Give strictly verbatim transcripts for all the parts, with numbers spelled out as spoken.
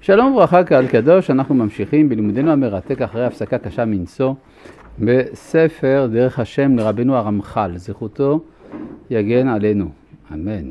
שלום וברכה קהל קדוש, אנחנו ממשיכים בלימודנו המרתק אחרי הפסקה קשה מנשוא בספר דרך השם לרבנו הרמח"ל, זכותו יגן עלינו, אמן.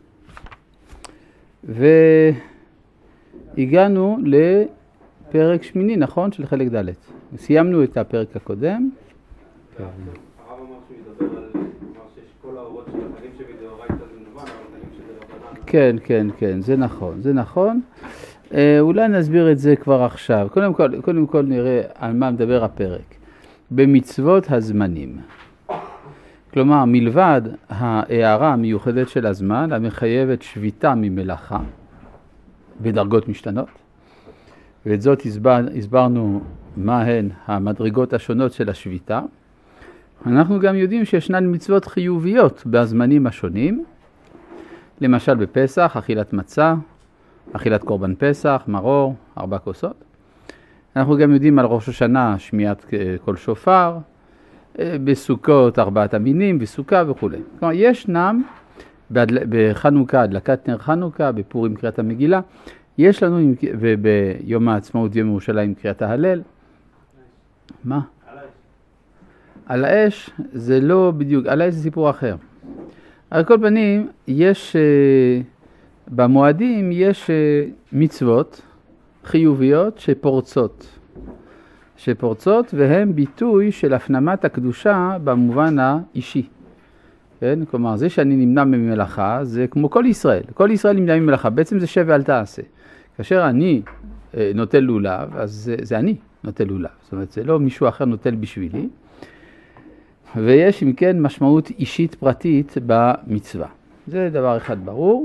והגענו לפרק שמיני, נכון? של חלק ד'. סיימנו את הפרק הקודם. הרב אמר שהוא ידבר על שיש כל האורות של החגים שבדאורייתא זה מובן, אבל החגים שבדרבנן. כן, כן, כן, זה נכון, זה נכון. אה, אולי נסביר את זה כבר עכשיו. קודם כל, קודם כל נראה על מה מדבר הפרק. במצוות הזמנים. כלומר, מלבד ההערה המיוחדת של הזמן, המחייבת שביתה ממלאכה, בדרגות משתנות. ואת זאת הסבר, הסברנו מהן המדרגות השונות של השביתה. אנחנו גם יודעים שישנן מצוות חיוביות בזמנים השונים. למשל בפסח, אכילת מצה, אכילת קורבן פסח, מרור, ארבע כוסות. אנחנו גם יודעים על ראש השנה, שמיעת כל שופר, בסוכות ארבעת המינים, בסוכה וכו'. כלומר, ישנם בחנוכה, הדלקת נר חנוכה, בפורים קריאת המגילה, יש לנו, וביום העצמאות, יום ירושלים, קריאת ההלל. מה? על האש. על האש זה לא בדיוק, על האש זה סיפור אחר. על כל פנים, יש, במועדים יש מצוות חיוביות שפורצות. שפורצות והן ביטוי של הפנמת הקדושה במובן האישי. כן? כלומר, זה שאני נמנע ממלאכה, זה כמו כל ישראל. כל ישראל נמנע ממלאכה, בעצם זה שב ואל תעשה. כאשר אני אה, נוטל לולב, אז זה, זה אני נוטל לולב. זאת אומרת, זה לא מישהו אחר נוטל בשבילי. ויש, אם כן, משמעות אישית פרטית במצווה. זה דבר אחד ברור.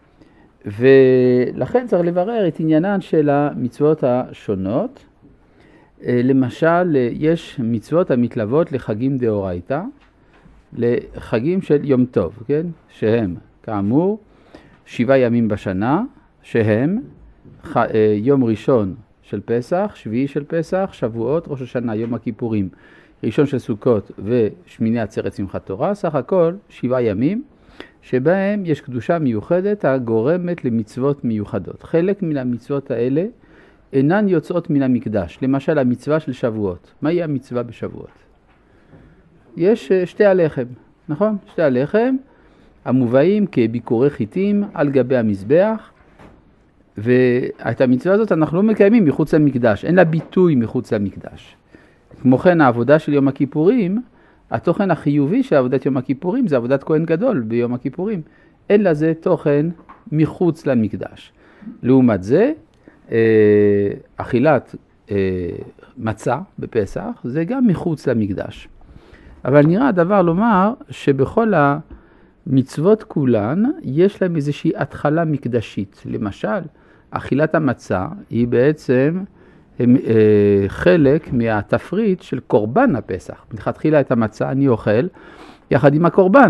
ולכן צריך לברר את עניינן של המצוות השונות. למשל, יש מצוות המתלוות לחגים דאורייתא, לחגים של יום טוב, כן? שהם, כאמור, שבעה ימים בשנה, שהם ח... יום ראשון של פסח, שביעי של פסח, שבועות, ראש השנה, יום הכיפורים, ראשון של סוכות ושמיני עצרת שמחת תורה, סך הכל שבעה ימים, שבהם יש קדושה מיוחדת הגורמת למצוות מיוחדות. חלק מן המצוות האלה אינן יוצאות מן המקדש. למשל, המצווה של שבועות. מהי המצווה בשבועות? יש שתי הלחם, נכון? שתי הלחם המובאים כביקורי חיטים על גבי המזבח, ואת המצווה הזאת אנחנו לא מקיימים מחוץ למקדש, אין לה ביטוי מחוץ למקדש. כמו כן, העבודה של יום הכיפורים, התוכן החיובי של עבודת יום הכיפורים זה עבודת כהן גדול ביום הכיפורים. אין לזה תוכן מחוץ למקדש. לעומת זה, אכילת מצה בפסח זה גם מחוץ למקדש. אבל נראה הדבר לומר שבכל המצוות כולן יש להם איזושהי התחלה מקדשית. למשל, אכילת המצה היא בעצם חלק מהתפריט של קורבן הפסח. מלכתחילה את המצה אני אוכל יחד עם הקורבן.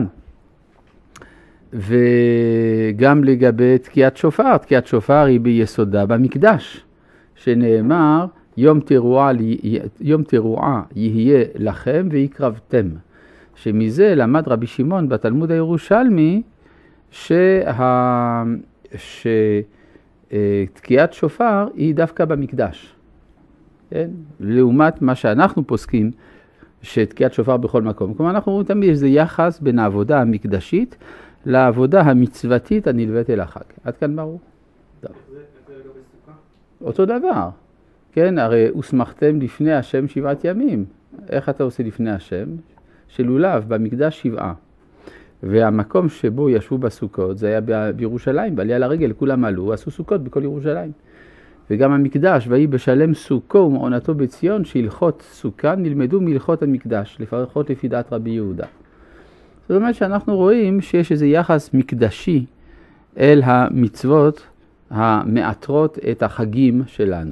וגם לגבי תקיעת שופר, תקיעת שופר היא ביסודה במקדש, שנאמר יום תרועה, יום תרועה יהיה לכם ויקרבתם. שמזה למד רבי שמעון בתלמוד הירושלמי שה... שתקיעת שופר היא דווקא במקדש. כן? לעומת מה שאנחנו פוסקים שתקיעת שופר בכל מקום. כלומר אנחנו רואים תמיד איזה יחס בין העבודה המקדשית לעבודה המצוותית הנלווית אל החג. עד כאן ברור? זה לגבי סוכה? אותו דבר. כן, הרי הוסמכתם לפני השם שבעת ימים. איך אתה עושה לפני השם? שלולב במקדש שבעה. והמקום שבו ישבו בסוכות, זה היה בירושלים, בעלייה לרגל, כולם עלו, עשו סוכות בכל ירושלים. וגם המקדש, ויהי בשלם סוכו ומעונתו בציון, שהלכות סוכה נלמדו מלכות המקדש, לפחות לפי דעת רבי יהודה. זאת אומרת שאנחנו רואים שיש איזה יחס מקדשי אל המצוות המאתרות את החגים שלנו.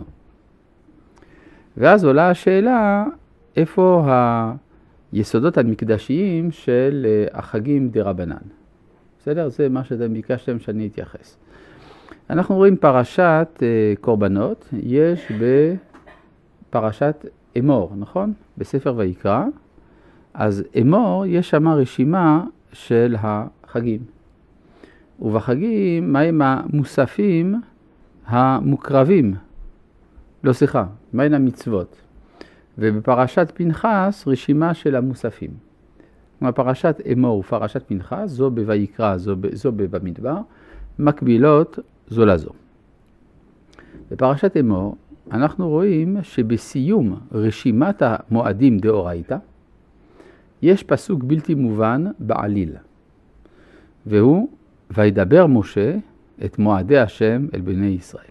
ואז עולה השאלה, איפה היסודות המקדשיים של החגים דרבנן? בסדר? זה מה שאתם ביקשתם שאני אתייחס. אנחנו רואים פרשת קורבנות, יש בפרשת אמור, נכון? בספר ויקרא. אז אמור יש שם רשימה של החגים. ובחגים, מהם המוספים המוקרבים. לא סליחה, מהן המצוות. ובפרשת פנחס רשימה של המוספים. כלומר, פרשת אמור ופרשת פנחס, זו בויקרא, זו, זו במדבר, מקבילות זו לזו. בפרשת אמור אנחנו רואים שבסיום רשימת המועדים דאורייתא, יש פסוק בלתי מובן בעליל, והוא, וידבר משה את מועדי השם אל בני ישראל.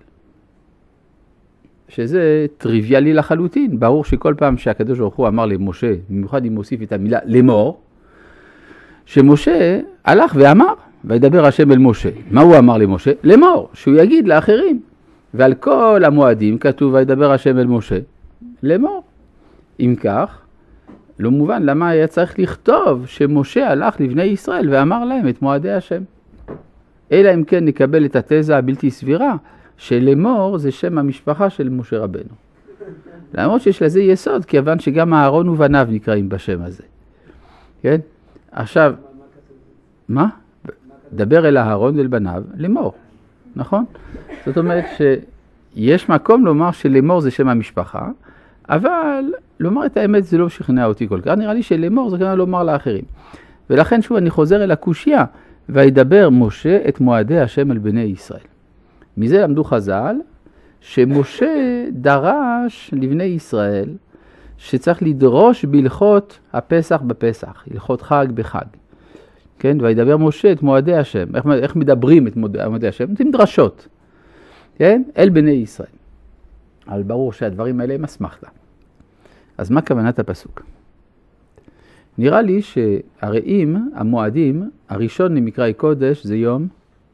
שזה טריוויאלי לחלוטין. ברור שכל פעם שהקדוש ברוך הוא אמר למשה, במיוחד אם מוסיף את המילה לאמור, שמשה הלך ואמר, וידבר השם אל משה. מה הוא אמר למשה? לאמור, שהוא יגיד לאחרים. ועל כל המועדים כתוב וידבר השם אל משה, לאמור. אם כך, לא מובן למה היה צריך לכתוב שמשה הלך לבני ישראל ואמר להם את מועדי השם. אלא אם כן נקבל את התזה הבלתי סבירה, שלאמור זה שם המשפחה של משה רבנו. למרות שיש לזה יסוד, כיוון שגם אהרון ובניו נקראים בשם הזה. כן? עכשיו, מה? דבר אל אהרון ואל בניו, לאמור. נכון? זאת אומרת שיש מקום לומר שלאמור זה שם המשפחה, אבל לומר את האמת זה לא שכנע אותי כל כך. נראה לי שלאמור זה כנראה לומר לאחרים. ולכן שוב אני חוזר אל הקושיה, וידבר משה את מועדי השם אל בני ישראל. מזה למדו חז"ל שמשה דרש לבני ישראל שצריך לדרוש בהלכות הפסח בפסח, הלכות חג בחג. כן? וידבר משה את מועדי השם. איך, איך מדברים את מועדי השם? נותנים דרשות. כן? אל בני ישראל. אבל ברור שהדברים האלה הם אסמכתא. אז מה כוונת הפסוק? נראה לי שהרי אם המועדים, הראשון למקראי קודש זה יום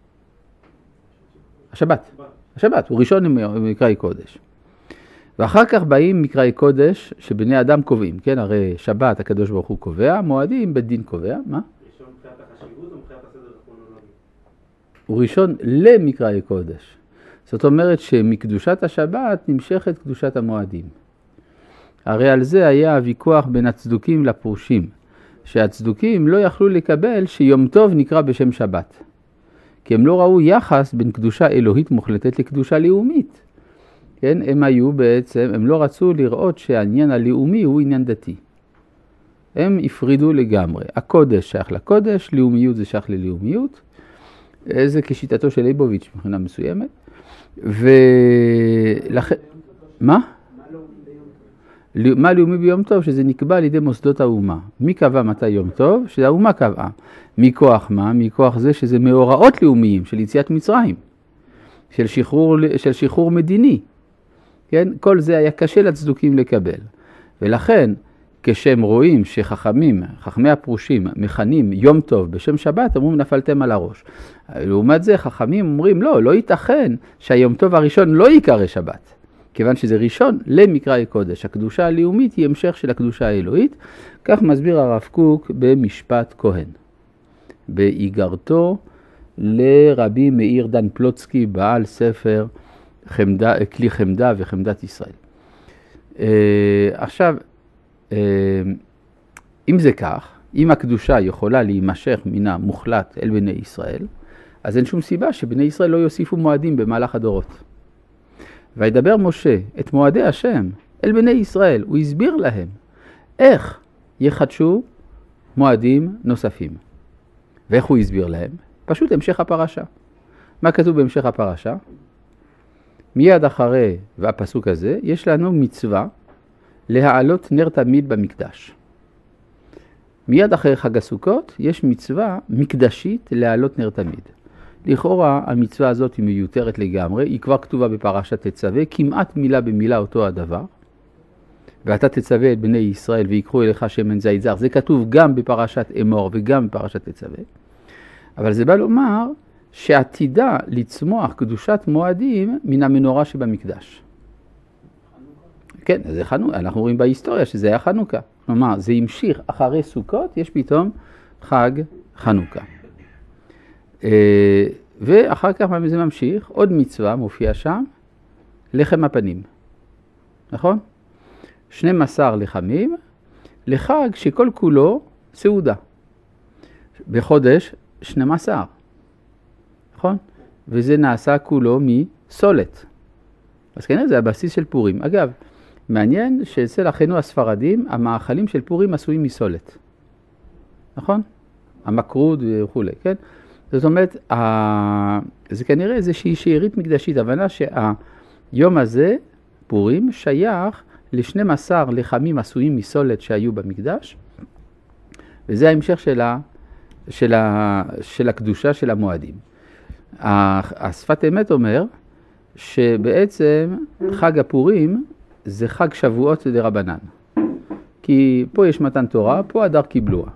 השבת. השבת הוא ראשון למקראי קודש. ואחר כך באים מקראי קודש שבני אדם קובעים. כן? הרי שבת הקדוש ברוך הוא קובע, מועדים בית דין קובע. מה? ראשון מבחינת החשיבות או מבחינת הסדר הכרונולוגי? הוא ראשון למקראי קודש. זאת אומרת שמקדושת השבת נמשכת קדושת המועדים. הרי על זה היה הוויכוח בין הצדוקים לפרושים, שהצדוקים לא יכלו לקבל שיום טוב נקרא בשם שבת. כי הם לא ראו יחס בין קדושה אלוהית מוחלטת לקדושה לאומית. כן? הם היו בעצם, הם לא רצו לראות שהעניין הלאומי הוא עניין דתי. הם הפרידו לגמרי. הקודש שייך לקודש, לאומיות זה שייך ללאומיות. זה כשיטתו של ליבוביץ' מבחינה מסוימת. ולכן, מה? מה לאומי ביום טוב? שזה נקבע על ידי מוסדות האומה. מי קבע מתי יום טוב? שזה האומה קבעה. מכוח מה? מכוח זה שזה מאורעות לאומיים של יציאת מצרים. של שחרור, של שחרור מדיני. כן? כל זה היה קשה לצדוקים לקבל. ולכן, כשהם רואים שחכמים, חכמי הפרושים, מכנים יום טוב בשם שבת, אומרים נפלתם על הראש. לעומת זה, חכמים אומרים לא, לא ייתכן שהיום טוב הראשון לא יקרא שבת. כיוון שזה ראשון למקראי קודש. הקדושה הלאומית היא המשך של הקדושה האלוהית. כך מסביר הרב קוק במשפט כהן. באיגרתו לרבי מאיר דן פלוצקי, בעל ספר חמדה, כלי חמדה וחמדת ישראל. עכשיו, אם זה כך, אם הקדושה יכולה להימשך מינה מוחלט אל בני ישראל, אז אין שום סיבה שבני ישראל לא יוסיפו מועדים במהלך הדורות. וידבר משה את מועדי השם אל בני ישראל, הוא הסביר להם איך יחדשו מועדים נוספים. ואיך הוא הסביר להם? פשוט המשך הפרשה. מה כתוב בהמשך הפרשה? מיד אחרי והפסוק הזה יש לנו מצווה להעלות נר תמיד במקדש. מיד אחרי חג הסוכות יש מצווה מקדשית להעלות נר תמיד. לכאורה המצווה הזאת היא מיותרת לגמרי, היא כבר כתובה בפרשת תצווה, כמעט מילה במילה אותו הדבר. ואתה תצווה את בני ישראל ויקחו אליך שמן זית זר. זה כתוב גם בפרשת אמור וגם בפרשת תצווה. אבל זה בא לומר שעתידה לצמוח קדושת מועדים מן המנורה שבמקדש. כן, זה חנוכה. אנחנו רואים בהיסטוריה שזה היה חנוכה. כלומר, זה המשיך אחרי סוכות, יש פתאום חג חנוכה. ואחר כך זה ממשיך, עוד מצווה מופיע שם, לחם הפנים. נכון? שנים עשר לחמים, לחג שכל כולו סעודה. בחודש שנים עשר. נכון? וזה נעשה כולו סולת. אז כנראה זה הבסיס של פורים. אגב, מעניין שאצל אחינו הספרדים, המאכלים של פורים עשויים מסולת. נכון? המקרוד וכו', כן? זאת אומרת, זה כנראה איזושהי שארית מקדשית, הבנה שהיום הזה, פורים, שייך ל-שנים עשר לחמים עשויים מסולת שהיו במקדש, וזה ההמשך של, ה, של, ה, של הקדושה של המועדים. השפת אמת אומר שבעצם חג הפורים זה חג שבועות דרבנן. כי פה יש מתן תורה, פה הדר קיבלוה.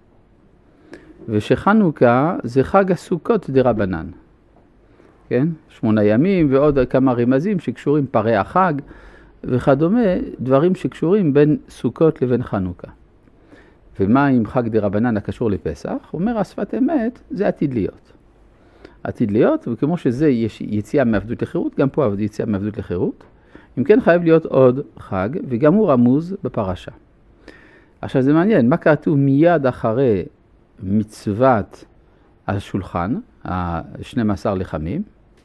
ושחנוכה זה חג הסוכות דרבנן. כן? שמונה ימים ועוד כמה רמזים שקשורים פרי החג וכדומה, דברים שקשורים בין סוכות לבין חנוכה. ומה עם חג דרבנן הקשור לפסח? אומר השפת אמת, זה עתיד להיות. עתיד להיות, וכמו שזה יש יציאה מעבדות לחירות, גם פה יציאה מעבדות לחירות. אם כן חייב להיות עוד חג, וגם הוא רמוז בפרשה. עכשיו זה מעניין, מה כתוב מיד אחרי מצוות השולחן, ה-שנים עשר לחמים,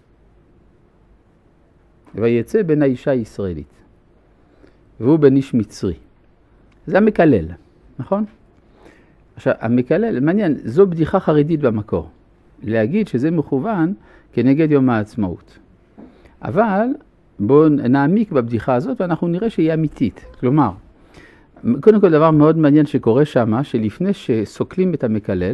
ויצא בן האישה הישראלית, והוא בן איש מצרי. זה המקלל, נכון? עכשיו, המקלל, מעניין, זו בדיחה חרדית במקור. להגיד שזה מכוון כנגד יום העצמאות. אבל בואו נעמיק בבדיחה הזאת ואנחנו נראה שהיא אמיתית. כלומר, קודם כל דבר מאוד מעניין שקורה שמה, שלפני שסוקלים את המקלל,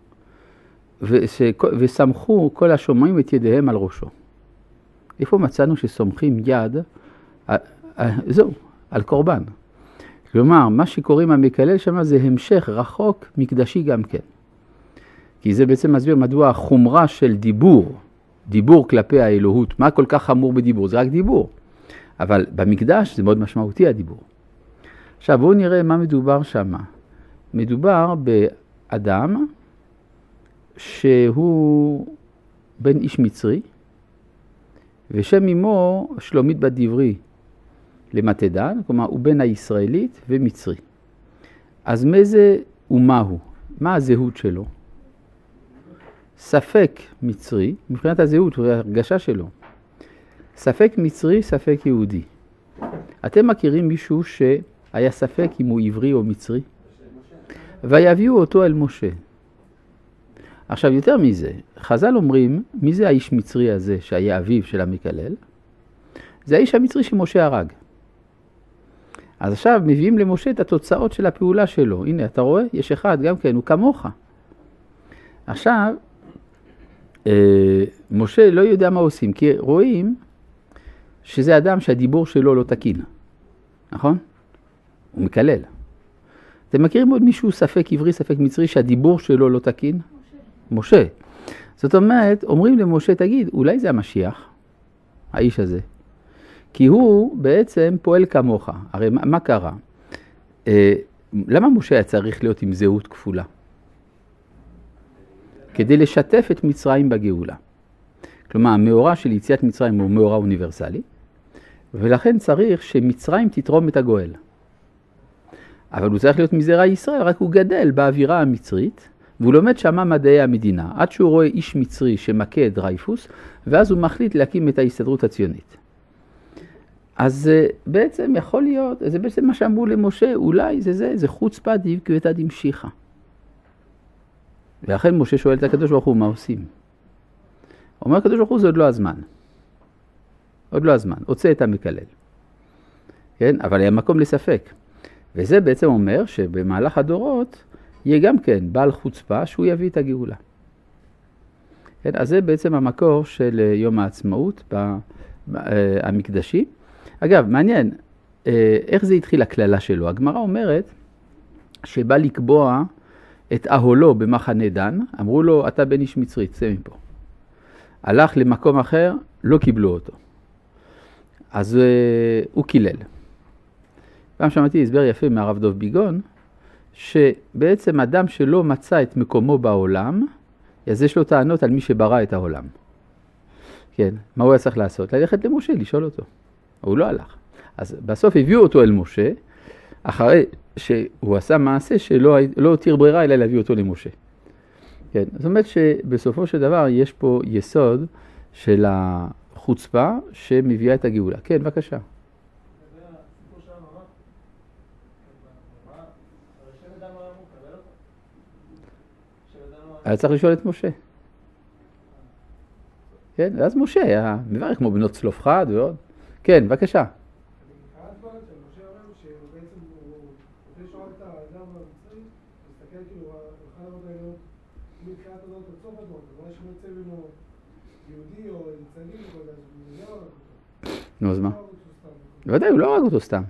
וסמכו כל השומעים את ידיהם על ראשו. איפה מצאנו שסומכים יד, זהו, על קורבן. כלומר, מה שקוראים המקלל שמה זה המשך רחוק מקדשי גם כן. כי זה בעצם מסביר מדוע החומרה של דיבור, דיבור כלפי האלוהות, מה כל כך חמור בדיבור? זה רק דיבור. אבל במקדש זה מאוד משמעותי הדיבור. עכשיו בואו נראה מה מדובר שם. מדובר באדם שהוא בן איש מצרי, ושם אמו שלומית בת דברי למתדן, כלומר הוא בן הישראלית ומצרי. אז מאיזה אומה הוא? מה הזהות שלו? ספק מצרי, מבחינת הזהות וההרגשה שלו. ספק מצרי, ספק יהודי. אתם מכירים מישהו שהיה ספק אם הוא עברי או מצרי? ויביאו אותו אל משה. עכשיו יותר מזה, חז"ל אומרים, מי זה האיש מצרי הזה שהיה אביו של המקלל? זה האיש המצרי שמשה הרג. אז עכשיו מביאים למשה את התוצאות של הפעולה שלו. הנה, אתה רואה? יש אחד, גם כן, הוא כמוך. עכשיו, אה, משה לא יודע מה עושים, כי רואים שזה אדם שהדיבור שלו לא תקין. נכון? הוא מקלל. אתם מכירים עוד מישהו ספק עברי, ספק מצרי, שהדיבור שלו לא תקין? משה. משה. זאת אומרת, אומרים למשה, תגיד, אולי זה המשיח, האיש הזה. כי הוא בעצם פועל כמוך. הרי מה, מה קרה? אה, למה משה היה צריך להיות עם זהות כפולה? כדי לשתף את מצרים בגאולה. כלומר, המאורע של יציאת מצרים הוא מאורע אוניברסלי, ולכן צריך שמצרים תתרום את הגואל. אבל הוא צריך להיות מזרע ישראל, רק הוא גדל באווירה המצרית, והוא לומד שמה מדעי המדינה, עד שהוא רואה איש מצרי שמכה את דרייפוס, ואז הוא מחליט להקים את ההסתדרות הציונית. אז בעצם יכול להיות, זה בעצם מה שאמרו למשה, אולי זה זה, זה חוצפה דבקותא דמשיחא. ולכן משה שואל את הקדוש ברוך הוא, מה עושים? אומר הקדוש ברוך הוא, זה עוד לא הזמן. עוד לא הזמן, הוצא את המקלל. כן? אבל היה מקום לספק. וזה בעצם אומר שבמהלך הדורות, יהיה גם כן בעל חוצפה שהוא יביא את הגאולה. כן? אז זה בעצם המקור של יום העצמאות המקדשי. אגב, מעניין, איך זה התחיל הכללה שלו? הגמרא אומרת שבא לקבוע את אהולו במחנה דן, אמרו לו, אתה בן איש מצרי, צא מפה. הלך למקום אחר, לא קיבלו אותו. אז הוא קילל. פעם שמעתי הסבר יפה מהרב דוב ביגון, שבעצם אדם שלא מצא את מקומו בעולם, אז יש לו טענות על מי שברא את העולם. כן, מה הוא היה צריך לעשות? ללכת למשה, לשאול אותו. הוא לא הלך. אז בסוף הביאו אותו אל משה, אחרי שהוא עשה מעשה שלא לא הותיר ברירה אלא להביא אותו למשה. כן, זאת אומרת שבסופו של דבר יש פה יסוד של חוצפה שמביאה את הגאולה. כן, בבקשה. היה צריך לשאול את משה. כן, ואז משה היה מברך כמו בנות צלופחד ועוד. כן, בבקשה. נו, אז מה? בוודאי, הוא לא הרג אותו סתם.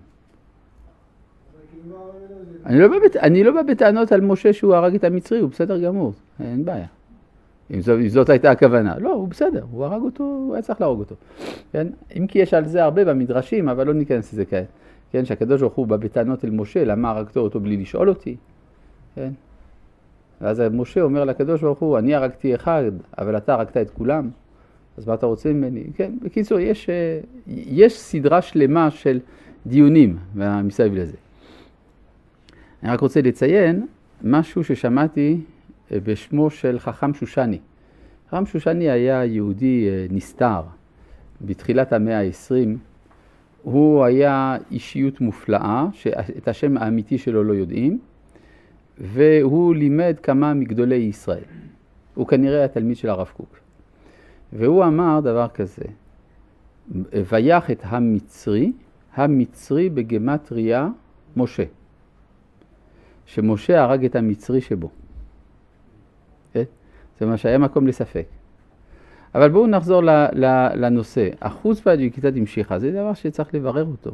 אני לא בא בטענות על משה שהוא הרג את המצרי, הוא בסדר גמור, אין בעיה. אם זאת הייתה הכוונה. לא, הוא בסדר, הוא הרג אותו, הוא היה צריך להרוג אותו. אם כי יש על זה הרבה במדרשים, אבל לא ניכנס לזה כעת. כן, שהקדוש ברוך הוא בא בטענות אל משה, למה הרגתו אותו בלי לשאול אותי? כן? ואז משה אומר לקדוש ברוך הוא, אני הרגתי אחד, אבל אתה הרגת את כולם. אז מה אתה רוצה ממני? כן, בקיצור, יש, יש סדרה שלמה של דיונים מסביב לזה. אני רק רוצה לציין משהו ששמעתי בשמו של חכם שושני. חכם שושני היה יהודי נסתר בתחילת המאה ה-עשרים. הוא היה אישיות מופלאה, שאת השם האמיתי שלו לא יודעים, והוא לימד כמה מגדולי ישראל. הוא כנראה התלמיד של הרב קוק. והוא אמר דבר כזה, ויח את המצרי, המצרי בגמטריה משה. שמשה הרג את המצרי שבו. זה מה שהיה מקום לספק. אבל בואו נחזור לנושא. החוצפה דקייתא דמשיחא, זה דבר שצריך לברר אותו.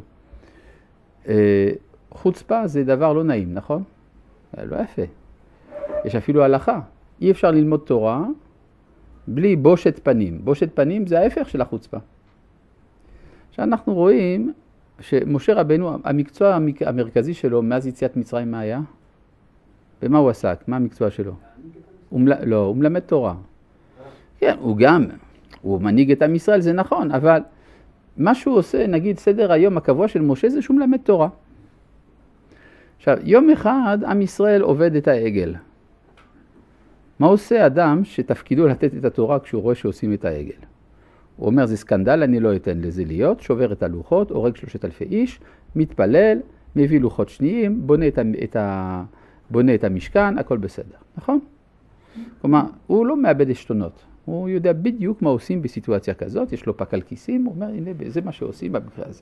חוצפה זה דבר לא נעים, נכון? לא יפה. יש אפילו הלכה. אי אפשר ללמוד תורה בלי בושת פנים. בושת פנים זה ההפך של החוצפה. שאנחנו רואים שמשה רבנו, המקצוע המרכזי שלו מאז יציאת מצרים מה היה? במה הוא עסק? מה המקצוע שלו? הוא מל... לא, הוא מלמד תורה. כן, הוא גם, הוא מנהיג את עם ישראל, זה נכון, אבל מה שהוא עושה, נגיד סדר היום הקבוע של משה זה שהוא מלמד תורה. עכשיו, יום אחד עם ישראל עובד את העגל. מה עושה אדם שתפקידו לתת את התורה כשהוא רואה שעושים את העגל? הוא אומר, זה סקנדל, אני לא אתן לזה להיות, שובר את הלוחות, הורג שלושת אלפי איש, מתפלל, מביא לוחות שניים, בונה את, ה... את, ה... בונה את המשכן, הכל בסדר, נכון? כלומר, הוא לא מאבד עשתונות, הוא יודע בדיוק מה עושים בסיטואציה כזאת, יש לו פק על כיסים, הוא אומר, הנה, זה מה שעושים במקרה הזה.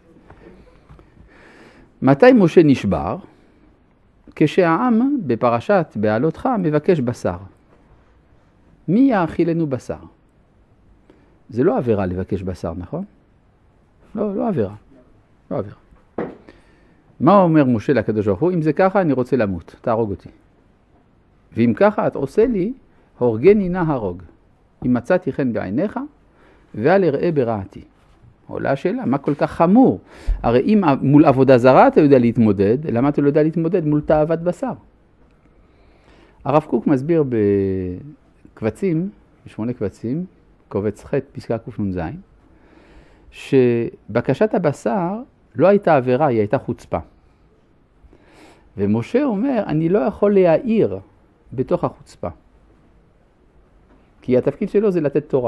מתי משה נשבר? כשהעם בפרשת בעלותך מבקש בשר. מי יאכילנו בשר? זה לא עבירה לבקש בשר, נכון? לא, לא עבירה. לא עבירה. מה אומר משה לקדוש ברוך הוא? אם זה ככה, אני רוצה למות, תהרוג אותי. ואם ככה, את עושה לי, הורגני נא הרוג. אם מצאתי חן בעיניך, ואל אראה ברעתי. עולה השאלה, מה כל כך חמור? הרי אם מול עבודה זרה אתה יודע להתמודד, למה אתה לא יודע להתמודד מול תאוות בשר? הרב קוק מסביר בקבצים, בשמונה קבצים, קובץ ח' פסקה קנ"ז, שבקשת הבשר לא הייתה עבירה, היא הייתה חוצפה. ומשה אומר, אני לא יכול להעיר בתוך החוצפה. כי התפקיד שלו זה לתת תורה.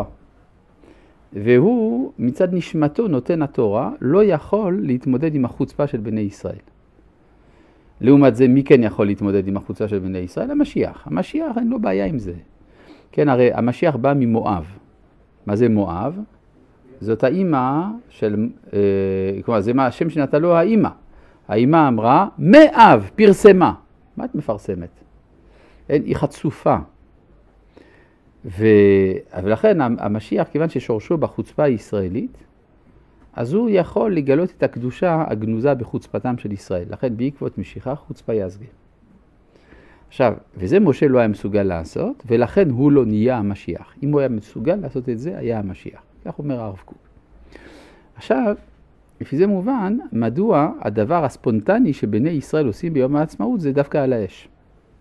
והוא מצד נשמתו נותן התורה, לא יכול להתמודד עם החוצפה של בני ישראל. לעומת זה, מי כן יכול להתמודד עם החוצפה של בני ישראל? המשיח. המשיח אין לו בעיה עם זה. כן, הרי המשיח בא ממואב. מה זה מואב? זאת האימא של, אה, כלומר, זה מה השם שנתן לו האימא. האימא אמרה, מאב, פרסמה. מה את מפרסמת? אין, היא חצופה. ו... ולכן המשיח, כיוון ששורשו בחוצפה הישראלית, אז הוא יכול לגלות את הקדושה הגנוזה בחוצפתם של ישראל. לכן בעקבות משיחה חוצפה יסגה. עכשיו, וזה משה לא היה מסוגל לעשות, ולכן הוא לא נהיה המשיח. אם הוא היה מסוגל לעשות את זה, היה המשיח. כך אומר הרב קוק. עכשיו, לפי זה מובן, מדוע הדבר הספונטני שבני ישראל עושים ביום העצמאות זה דווקא על האש.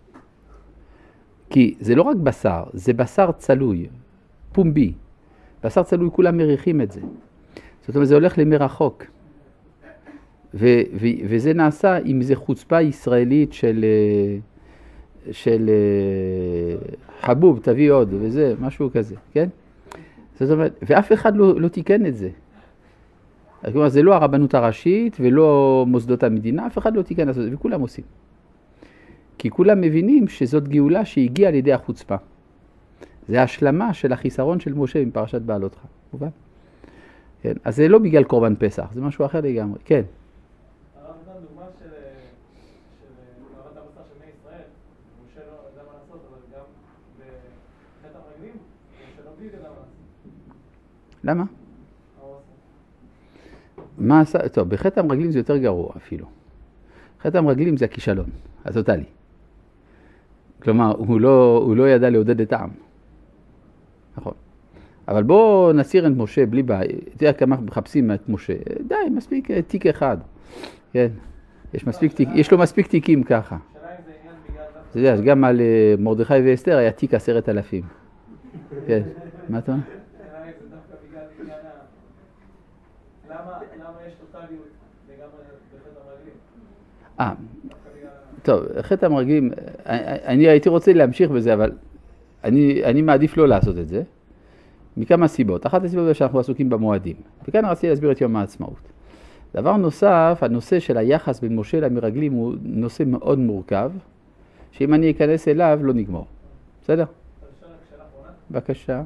כי זה לא רק בשר, זה בשר צלוי, פומבי. בשר צלוי, כולם מריחים את זה. זאת אומרת, זה הולך למרחוק. ו- ו- וזה נעשה עם זה חוצפה ישראלית של, של חבוב, תביא עוד, וזה, משהו כזה, כן? זאת אומרת, ואף אחד לא, לא תיקן את זה. כלומר, זה לא הרבנות הראשית ולא מוסדות המדינה, אף אחד לא תיקן את זה, וכולם עושים. כי כולם מבינים שזאת גאולה שהגיעה על ידי החוצפה. זה השלמה של החיסרון של משה עם פרשת בעלותך. מובן? כן, אז זה לא בגלל קורבן פסח, זה משהו אחר לגמרי. כן. הרב נתן דוגמה של מערת הבשר של בני ישראל, משה לא יודע מה לעשות, אבל גם בחטא המרגלים, משה לא בלי ידע מה לעשות. למה? מה עשה? טוב, בחטא המרגלים זה יותר גרוע אפילו. חטא המרגלים זה הכישלון, הטוטלי. כלומר, הוא לא, הוא לא ידע לעודד את העם. נכון. אבל בואו נסיר את משה בלי בעיה. אתה יודע כמה מחפשים את משה. די, מספיק תיק אחד. כן. יש, מספיק תיק, יש לו מספיק תיקים ככה. אתה יודע, גם על מרדכי ואסתר היה תיק עשרת אלפים. כן. מה אתה אומר? למה יש טוטליות לגמרי בחטא המרגלים? אה, טוב, חטא המרגלים, אני הייתי רוצה להמשיך בזה, אבל אני, אני מעדיף לא לעשות את זה, מכמה סיבות. אחת הסיבות זה שאנחנו עסוקים במועדים, וכאן רציתי להסביר את יום העצמאות. דבר נוסף, הנושא של היחס בין משה למרגלים הוא נושא מאוד מורכב, שאם אני אכנס אליו לא נגמור. בסדר? בבקשה.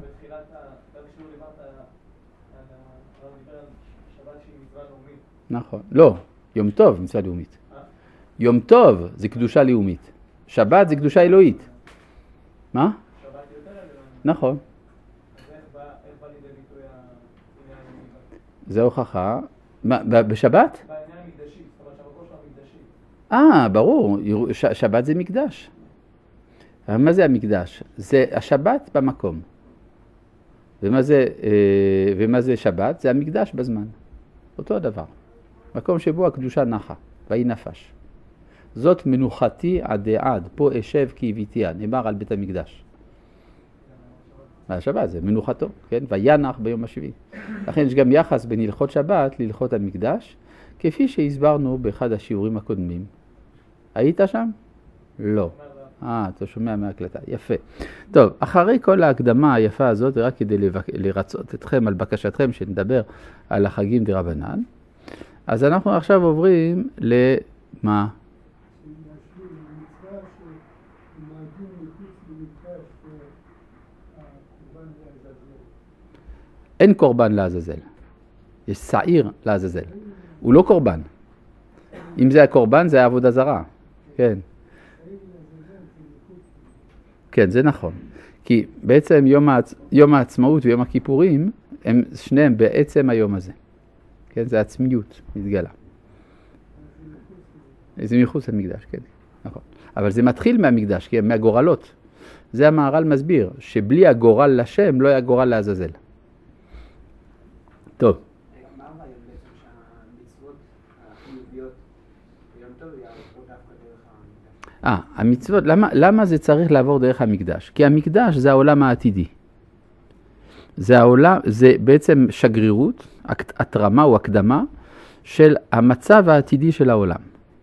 נכון. לא, יום טוב מצווה לאומית. יום טוב זה קדושה לאומית. שבת זה קדושה אלוהית. מה? שבת יותר אלוהית. נכון. אז איך בא לידי ביטוי העניין המקדשי? זה הוכחה. בשבת? בעניין המקדשי, זאת אומרת שהמקור שלו המקדשי. אה, ברור. שבת זה מקדש. מה זה המקדש? זה השבת במקום. ומה זה, ומה זה שבת? זה המקדש בזמן. אותו הדבר. מקום שבו הקדושה נחה, והיא נפש. זאת מנוחתי עד עד, פה אשב כי הביתיה, נאמר על בית המקדש. השבת זה מנוחתו, כן? וינח ביום השביעי. לכן יש גם יחס בין הלכות שבת להלכות המקדש, כפי שהסברנו באחד השיעורים הקודמים. היית שם? לא. אה, אתה שומע מההקלטה, יפה. טוב, אחרי כל ההקדמה היפה הזאת, רק כדי לרצות אתכם על בקשתכם שנדבר על החגים דרבנן, אז אנחנו עכשיו עוברים למה? אין קורבן לעזאזל. יש שעיר לעזאזל. הוא לא קורבן. אם זה הקורבן, זה העבודה זרה. כן. כן, זה נכון. כי בעצם יום, העצ... יום העצמאות ויום הכיפורים, הם שניהם בעצם היום הזה. כן, זה עצמיות מתגלה. זה מחוץ למקדש, כן. נכון. אבל זה מתחיל מהמקדש, כי מהגורלות. זה המהר"ל מסביר, שבלי הגורל לשם לא היה גורל לעזאזל. טוב. מה הרעיון בעצם שהמצוות החיוביות ביום טוב יעברו דווקא דרך המקדש? אה, המצוות, למה, למה זה צריך לעבור דרך המקדש? כי המקדש זה העולם העתידי. זה העולם, זה בעצם שגרירות, התרמה או הקדמה של המצב העתידי של העולם.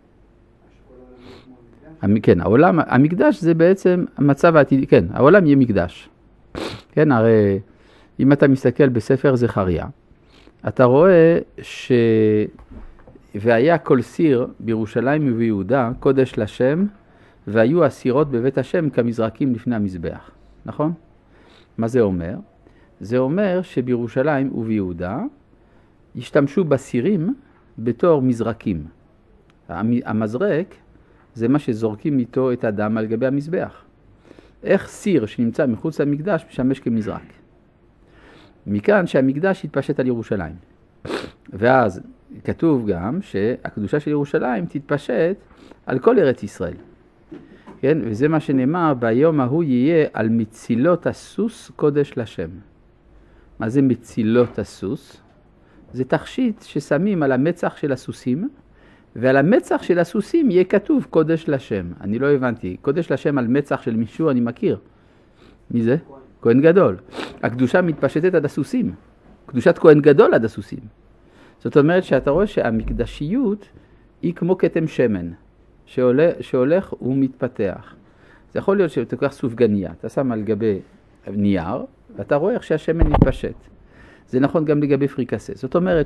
כן, העולם, המקדש זה בעצם המצב העתידי, כן, העולם יהיה מקדש. כן, הרי אם אתה מסתכל בספר זכריה, אתה רואה ש... והיה כל סיר בירושלים וביהודה קודש לשם, והיו הסירות בבית השם כמזרקים לפני המזבח. נכון? מה זה אומר? זה אומר שבירושלים וביהודה השתמשו בסירים בתור מזרקים. המזרק זה מה שזורקים איתו את הדם על גבי המזבח. איך סיר שנמצא מחוץ למקדש משמש כמזרק? מכאן שהמקדש התפשט על ירושלים. ואז כתוב גם שהקדושה של ירושלים תתפשט על כל ארץ ישראל. כן? וזה מה שנאמר, ביום ההוא יהיה על מצילות הסוס קודש לשם. מה זה מצילות הסוס? זה תכשיט ששמים על המצח של הסוסים, ועל המצח של הסוסים יהיה כתוב קודש לשם. אני לא הבנתי, קודש לשם על מצח של מישהו אני מכיר. מי זה? כהן גדול. הקדושה מתפשטת עד הסוסים. קדושת כהן גדול עד הסוסים. זאת אומרת שאתה רואה שהמקדשיות היא כמו כתם שמן, שהולך, שהולך ומתפתח. זה יכול להיות שאתה לוקח סופגניה, אתה שם על גבי נייר, ואתה רואה איך שהשמן מתפשט. זה נכון גם לגבי פריקסה. זאת אומרת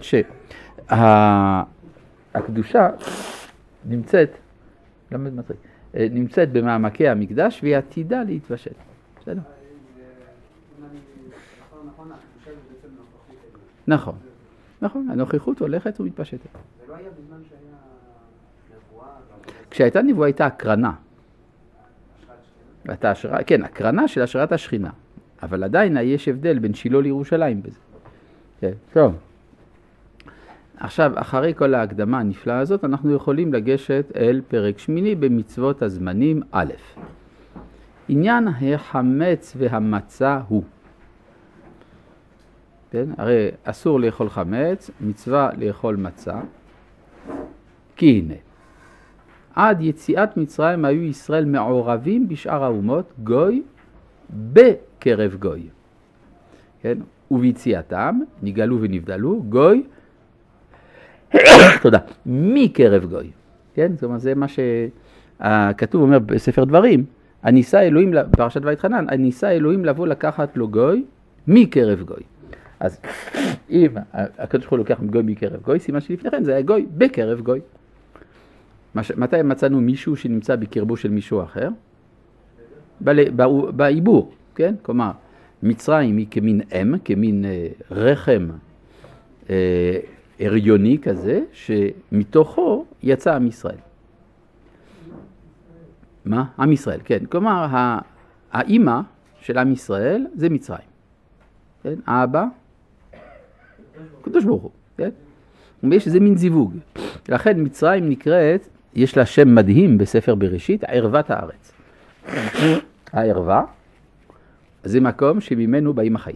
שהקדושה נמצאת, למה זה מצחיק? נמצאת במעמקי המקדש והיא עתידה להתפשט. בסדר? נכון, נכון, הנוכחות הולכת ומתפשטת. זה לא היה בזמן שהיה נבואה? כשהייתה נבואה הייתה הקרנה. הייתה השראה, כן, הקרנה של השראת השכינה. אבל עדיין יש הבדל בין שילה לירושלים בזה. כן, טוב. עכשיו, אחרי כל ההקדמה הנפלאה הזאת, אנחנו יכולים לגשת אל פרק שמיני במצוות הזמנים א'. עניין החמץ והמצה הוא. כן? הרי אסור לאכול חמץ, מצווה לאכול מצה. כי הנה, עד יציאת מצרים היו ישראל מעורבים בשאר האומות, גוי בקרב גוי. כן? וביציאתם נגאלו ונבדלו, גוי, תודה, מקרב גוי. כן? זאת אומרת, זה מה שכתוב אומר בספר דברים. הניסה אלוהים, פרשת ויתחנן, הניסה אלוהים לבוא לקחת לו גוי מקרב גוי. אז אם הקדוש ברוך הוא לוקח גוי מקרב גוי, סימן שלפני כן זה היה גוי בקרב גוי. מתי מצאנו מישהו שנמצא בקרבו של מישהו אחר? בעיבור, כן? כלומר, מצרים היא כמין אם, כמין רחם הריוני כזה, שמתוכו יצא עם ישראל. מה? עם ישראל, כן. כלומר, האמא של עם ישראל זה מצרים. כן? האבא, קדוש ברוך הוא, כן? ויש איזה מין זיווג. לכן מצרים נקראת, יש לה שם מדהים בספר בראשית, ערוות הארץ. הערווה, זה מקום שממנו באים החיים.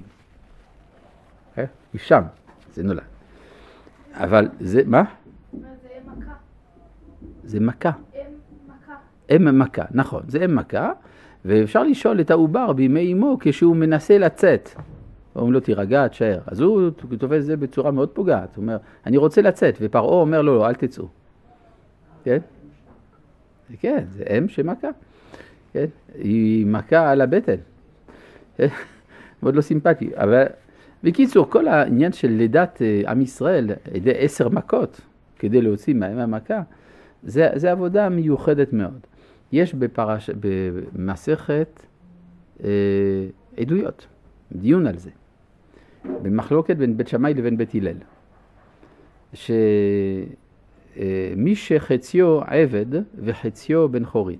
שם, זה נולד. אבל זה, מה? זה מכה. זה מכה. אם מכה. אם מכה, נכון. זה אם מכה, ואפשר לשאול את העובר בימי אמו כשהוא מנסה לצאת. אומרים לו, תירגע, תשאר. אז הוא תופס זה בצורה מאוד פוגעת. הוא אומר, אני רוצה לצאת, ופרעה אומר לו, לא, אל תצאו. כן? כן, זה אם שמכה. כן? היא מכה על הבטן. כן? מאוד לא סימפטי. אבל בקיצור, כל העניין של לידת עם ישראל, ידי עשר מכות, כדי להוציא מהם המכה, זה, זה עבודה מיוחדת מאוד. יש בפרש, במסכת אה, עדויות, דיון על זה. במחלוקת בין בית שמאי לבין בית הלל. שמי שחציו עבד וחציו בן חורין.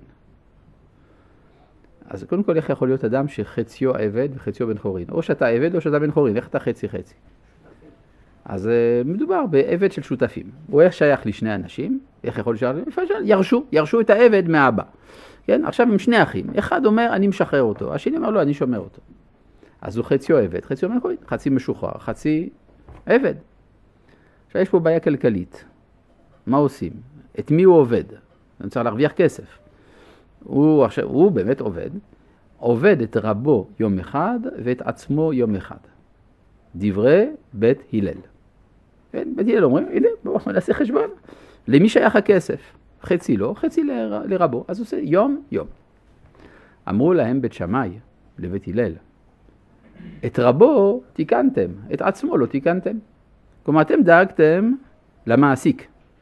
אז קודם כל, איך יכול להיות אדם שחציו עבד וחציו בן חורין? או שאתה עבד או שאתה בן חורין, איך אתה חצי חצי? אז מדובר בעבד של שותפים. הוא איך שייך לשני אנשים, איך יכול לשייך? ירשו, ירשו את העבד מהאבא. כן? עכשיו הם שני אחים. אחד אומר, אני משחרר אותו. השני אומר, לא, אני שומר אותו. אז הוא חציו עבד, חציו בן חורין, חצי משוחרר, חצי עבד. עכשיו יש פה בעיה כלכלית. מה עושים? את מי הוא עובד? אני צריך להרוויח כסף. הוא, עכשיו, הוא באמת עובד, עובד את רבו יום אחד ואת עצמו יום אחד. דברי בית הלל. כן, בית הלל אומרים, הנה, בואו נעשה חשבון. למי שייך הכסף? חצי לא, חצי ל, לרבו. אז הוא עושה יום, יום. אמרו להם בית שמאי, לבית הלל, את רבו תיקנתם, את עצמו לא תיקנתם. כלומר, אתם דאגתם למעסיק.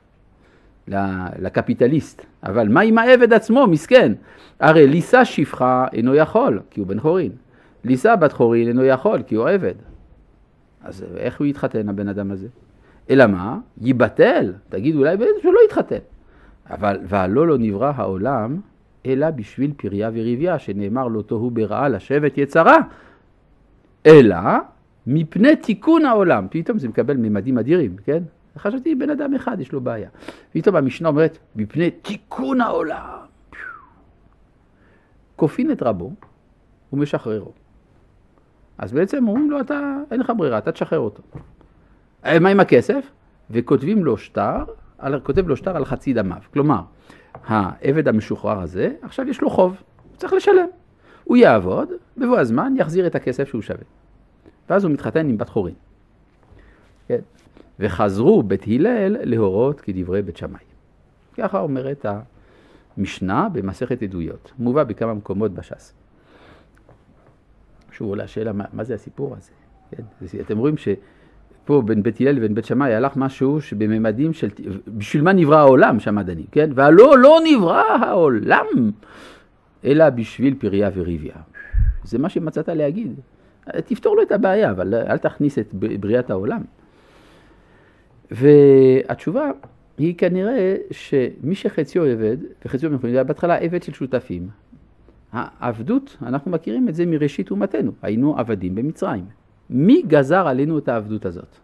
לקפיטליסט, אבל מה עם העבד עצמו, מסכן? הרי ליסה שפחה אינו יכול, כי הוא בן חורין. ליסה בת חורין אינו יכול, כי הוא עבד. אז איך הוא יתחתן, הבן אדם הזה? אלא מה? ייבטל. תגיד אולי שהוא לא יתחתן. אבל, והלא לא נברא העולם, אלא בשביל פריה וריביה, שנאמר לו תוהו ברעה לשבת יצרה, אלא מפני תיקון העולם. פתאום זה מקבל ממדים אדירים, כן? חשבתי, בן אדם אחד יש לו בעיה. פתאום המשנה אומרת, מפני תיקון העולם. כופין את רבו, הוא משחררו. אז בעצם אומרים לו, אתה, אין לך ברירה, אתה תשחרר אותו. מה עם הכסף? וכותבים לו שטר, על, כותב לו שטר על חצי דמיו. כלומר, העבד המשוחרר הזה, עכשיו יש לו חוב, הוא צריך לשלם. הוא יעבוד, בבוא הזמן יחזיר את הכסף שהוא שווה. ואז הוא מתחתן עם בת חורין. כן. וחזרו בית הלל להורות כדברי בית שמאי. ככה אומרת המשנה במסכת עדויות. מובא בכמה מקומות בש"ס. שוב עולה השאלה, מה, מה זה הסיפור הזה? כן? אתם רואים שפה בין בית הלל לבין בית שמאי הלך משהו שבממדים של, בשביל מה נברא העולם שם דנים, כן? והלא לא נברא העולם, אלא בשביל פריה וריביה. זה מה שמצאת להגיד. תפתור לו את הבעיה, אבל אל תכניס את בריאת העולם. והתשובה היא כנראה שמי שחציו עבד, וחציו מכונה, בהתחלה עבד של שותפים. העבדות, אנחנו מכירים את זה מראשית אומתנו, היינו עבדים במצרים. מי גזר עלינו את העבדות הזאת?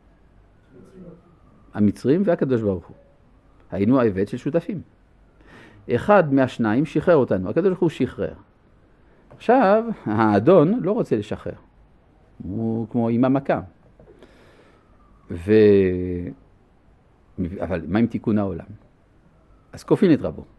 המצרים והקדוש ברוך הוא. היינו עבד של שותפים. אחד מהשניים שחרר אותנו, הקדוש ברוך הוא שחרר. עכשיו, האדון לא רוצה לשחרר. הוא כמו עם המכה. ו... אבל מה עם תיקון העולם? אז כופין את רבו.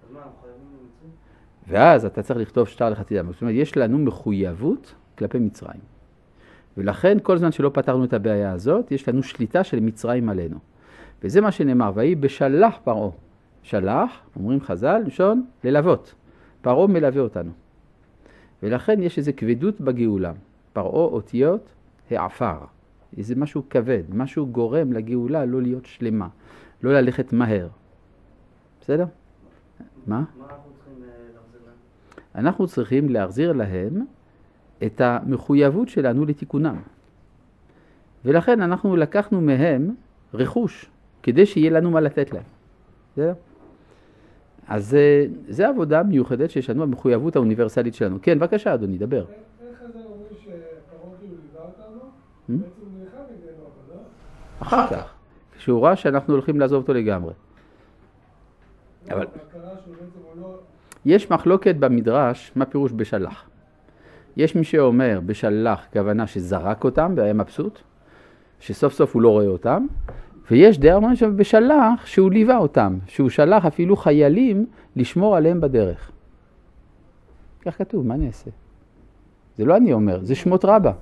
ואז אתה צריך לכתוב שטר לחצי דם. זאת אומרת, יש לנו מחויבות כלפי מצרים. ולכן כל זמן שלא פתרנו את הבעיה הזאת, יש לנו שליטה של מצרים עלינו. וזה מה שנאמר, והיא בשלח פרעה. שלח, אומרים חז"ל, לשון, ללוות. פרעה מלווה אותנו. ולכן יש איזו כבדות בגאולה. פרעה אותיות העפר. איזה משהו כבד, משהו גורם לגאולה לא להיות שלמה, לא ללכת מהר. בסדר? מה? מה אנחנו צריכים להחזיר להם? אנחנו צריכים להחזיר להם את המחויבות שלנו לתיקונם. ולכן אנחנו לקחנו מהם רכוש, כדי שיהיה לנו מה לתת להם. בסדר? אז זה עבודה מיוחדת שיש לנו, המחויבות האוניברסלית שלנו. כן, בבקשה אדוני, דבר. איך זה אומרים שפרעה כאילו ליווה אותנו? בעצם הוא נלחם נגדנו, אבל לא? אחר כך, כשהוא ראה שאנחנו הולכים לעזוב אותו לגמרי. אבל ההכרה שהוא בעצם הוא לא... יש מחלוקת במדרש, מה פירוש בשלח. יש מי שאומר בשלח כוונה שזרק אותם והיה מבסוט, שסוף סוף הוא לא רואה אותם, ויש דעה אומרים שבשלח שהוא ליווה אותם, שהוא שלח אפילו חיילים לשמור עליהם בדרך. כך כתוב, מה נעשה? זה לא אני אומר, זה שמות רבה.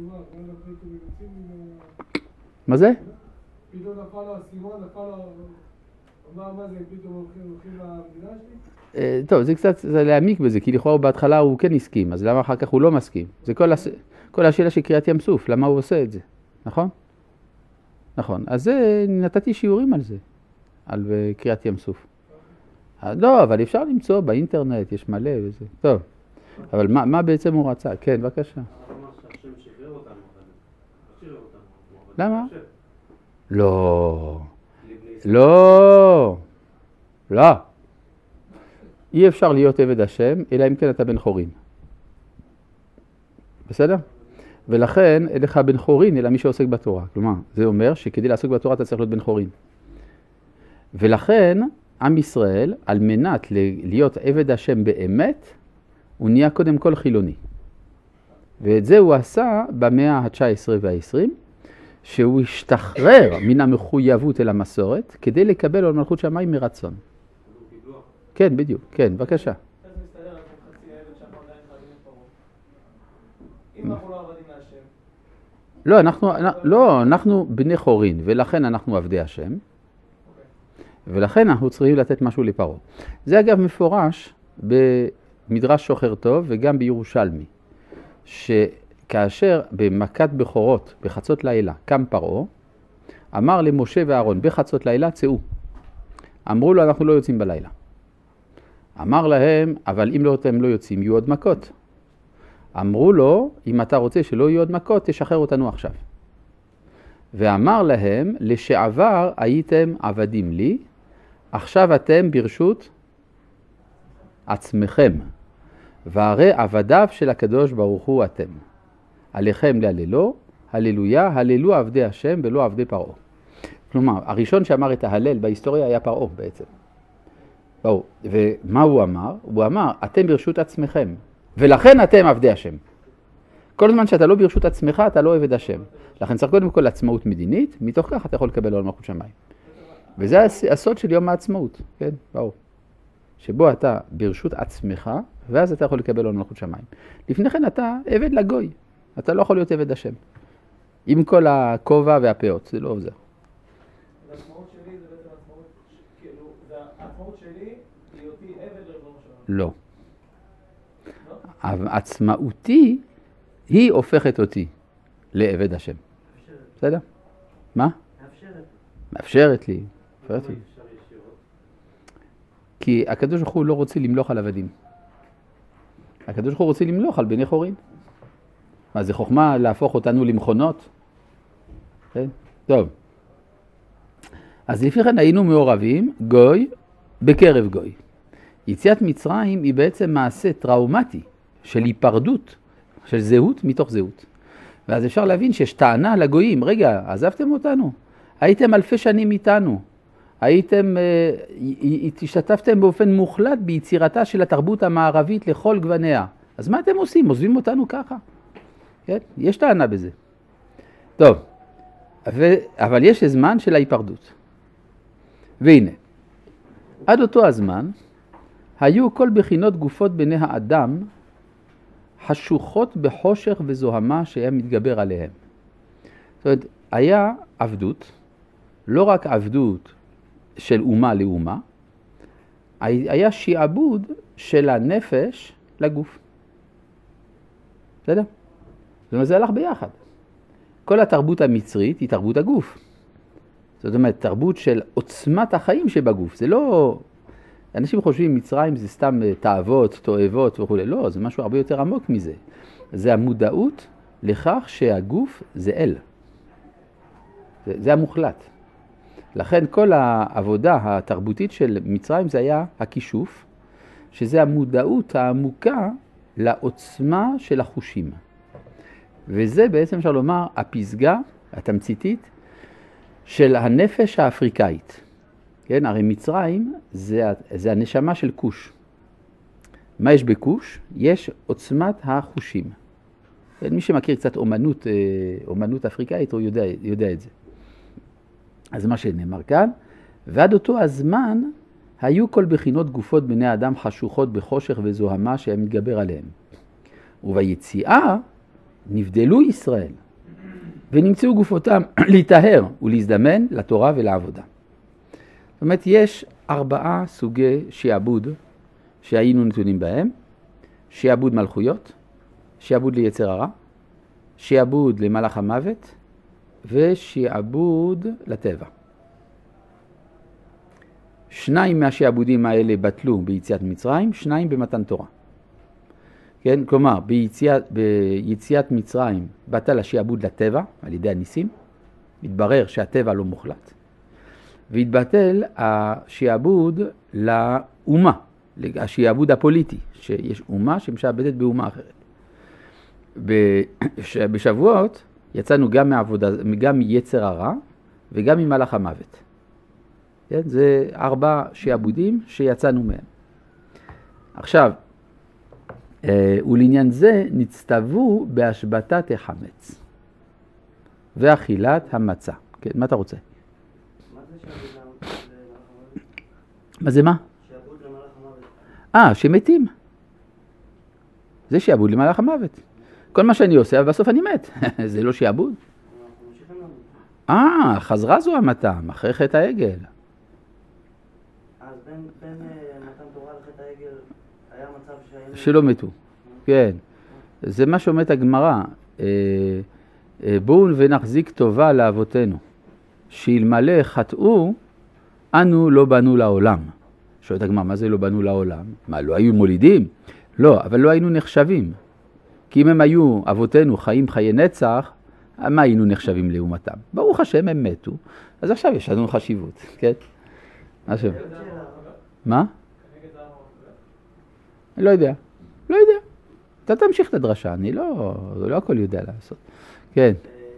מה זה? פתאום נפל לו הסימון, נפל לו... מה זה, פתאום הולכים למדינה שלי? טוב, זה קצת, זה להעמיק בזה, כי לכאורה בהתחלה הוא כן הסכים, אז למה אחר כך הוא לא מסכים? זה כל, הש... כל השאלה של קריאת ים סוף, למה הוא עושה את זה, נכון? נכון, אז זה, נתתי שיעורים על זה, על קריאת ים סוף. לא, אבל אפשר למצוא באינטרנט, יש מלא וזה, טוב. אבל מה, מה בעצם הוא רצה? כן, בבקשה. למה? לא, לא, לא. אי אפשר להיות עבד השם, אלא אם כן אתה בן חורין. בסדר? ולכן אין לך בן חורין, אלא מי שעוסק בתורה. כלומר, זה אומר שכדי לעסוק בתורה אתה צריך להיות בן חורין. ולכן, עם ישראל, על מנת להיות עבד השם באמת, הוא נהיה קודם כל חילוני. ואת זה הוא עשה במאה ה-תשע עשרה וה-עשרים, שהוא השתחרר מן המחויבות אל המסורת, כדי לקבל על מלכות שמיים מרצון. כן, בדיוק. כן, בבקשה. איך זה מסתדר רק עם חצי עבד שאנחנו עדיין חייבים לפרעה? אם אנחנו לא עבדים להשם? לא, אנחנו, לא, אנחנו בני חורין, ולכן אנחנו עבדי השם. ולכן אנחנו צריכים לתת משהו לפרעה. זה אגב מפורש במדרש שוחר טוב וגם בירושלמי, שכאשר במכת בכורות בחצות לילה קם פרעה, אמר למשה ואהרון בחצות לילה צאו. אמרו לו אנחנו לא יוצאים בלילה. אמר להם אבל אם לא אתם לא יוצאים יהיו עוד מכות. אמרו לו אם אתה רוצה שלא יהיו עוד מכות תשחרר אותנו עכשיו. ואמר להם לשעבר הייתם עבדים לי, עכשיו אתם ברשות עצמכם, והרי עבדיו של הקדוש ברוך הוא אתם. עליכם להללו, הללויה, הללו עבדי השם ולא עבדי פרעה. כלומר, הראשון שאמר את ההלל בהיסטוריה היה פרעה בעצם. בואו, ומה הוא אמר? הוא אמר, אתם ברשות עצמכם, ולכן אתם עבדי השם. כל זמן שאתה לא ברשות עצמך, אתה לא עבד השם. לכן צריך קודם כל עצמאות מדינית, מתוך כך אתה יכול לקבל עול מלכות שמיים. וזה הסוד של יום העצמאות, כן? ברור. שבו אתה ברשות עצמך, ואז אתה יכול לקבל עול מלכות שמיים. לפני כן אתה עבד לגוי, אתה לא יכול להיות עבד השם. עם כל הכובע והפאות, זה לא עוזר. העצמאות שלי זה בעצם עצמאות, כאילו, זה העצמאות שלי, היותי עבד לריבונו של עולם. לא. עצמאותי היא הופכת אותי לעבד השם. בסדר? מה? מאפשרת. מאפשרת לי. מאפשרת לי. אפשר ישירות. כי הקדוש ברוך הוא לא רוצה למלוך על עבדים. הקדוש ברוך הוא רוצה למלוך על בני חורין. מה, זה חוכמה להפוך אותנו למכונות? כן? טוב. אז לפי כן היינו מעורבים, גוי בקרב גוי. יציאת מצרים היא בעצם מעשה טראומטי של היפרדות, של זהות מתוך זהות. ואז אפשר להבין שיש טענה לגויים, רגע, עזבתם אותנו? הייתם אלפי שנים איתנו. הייתם, השתתפתם באופן מוחלט ביצירתה של התרבות המערבית לכל גווניה. אז מה אתם עושים? עוזבים אותנו ככה? כן? יש טענה בזה. טוב, ו... אבל יש זמן של ההיפרדות. והנה, עד אותו הזמן, היו כל בחינות גופות בני האדם חשוכות בחושך וזוהמה שהיה מתגבר עליהם. זאת אומרת, היה עבדות, לא רק עבדות של אומה לאומה, היה שיעבוד של הנפש לגוף. בסדר? זאת אומרת, זה הלך ביחד. כל התרבות המצרית היא תרבות הגוף. זאת אומרת, תרבות של עוצמת החיים שבגוף. זה לא... אנשים חושבים מצרים זה סתם תאוות, תואבות וכו'. לא, זה משהו הרבה יותר עמוק מזה. זה המודעות לכך שהגוף זה אל. זה, זה המוחלט. לכן כל העבודה התרבותית של מצרים זה היה הכישוף, שזה המודעות העמוקה לעוצמה של החושים. וזה בעצם אפשר לומר הפסגה התמציתית של הנפש האפריקאית. כן, הרי מצרים זה, זה הנשמה של כוש. מה יש בכוש? יש עוצמת החושים. כן, מי שמכיר קצת אומנות, אומנות אפריקאית, הוא יודע, יודע את זה. אז מה שנאמר כאן, ועד אותו הזמן היו כל בחינות גופות בני האדם חשוכות בחושך וזוהמה שהיה מתגבר עליהם. וביציאה נבדלו ישראל, ונמצאו גופותם להיטהר ולהזדמן לתורה ולעבודה. זאת אומרת, יש ארבעה סוגי שיעבוד שהיינו נתונים בהם. שיעבוד מלכויות, שיעבוד ליצר הרע, שיעבוד למלאך המוות, ושיעבוד לטבע. שניים מהשיעבודים האלה בטלו ביציאת מצרים, שניים במתן תורה. כן, כלומר, ביציאת, ביציאת מצרים בטל השיעבוד לטבע על ידי הניסים, מתברר שהטבע לא מוחלט, והתבטל השיעבוד לאומה, השיעבוד הפוליטי, שיש אומה שמשעבדת באומה אחרת. בשבועות יצאנו גם מעבודה, גם מיצר הרע וגם ממלאך המוות. כן? זה ארבע שיעבודים שיצאנו מהם. עכשיו, ולעניין זה נצטוו בהשבתת החמץ ואכילת המצה. כן, מה אתה רוצה? מה זה שעבוד למלאך המוות? מה זה מה? שעבוד למלאך המוות. אה, שמתים. זה שיעבוד למלאך המוות. כל מה שאני עושה, אבל בסוף אני מת. זה לא שיעבוד. אנחנו ממשיכים למות. אה, חזרה זו המתם, אחרי חטא העגל. אז בין בין, אה, מתן תורה לחטא העגל היה מצב שהיינו... שלא מתו. כן. זה מה שאומרת הגמרא. אה, אה, בואו ונחזיק טובה לאבותינו. שאלמלא חטאו, אנו לא באנו לעולם. שואלת הגמרא, מה זה לא באנו לעולם? מה, לא היו מולידים? לא, אבל לא היינו נחשבים. כי אם הם היו אבותינו חיים חיי נצח, מה היינו נחשבים לעומתם? ברוך השם הם מתו, אז עכשיו יש לנו חשיבות, כן? משהו. מה? אני לא יודע, לא יודע. אתה תמשיך את הדרשה, אני לא, לא הכל יודע לעשות. כן.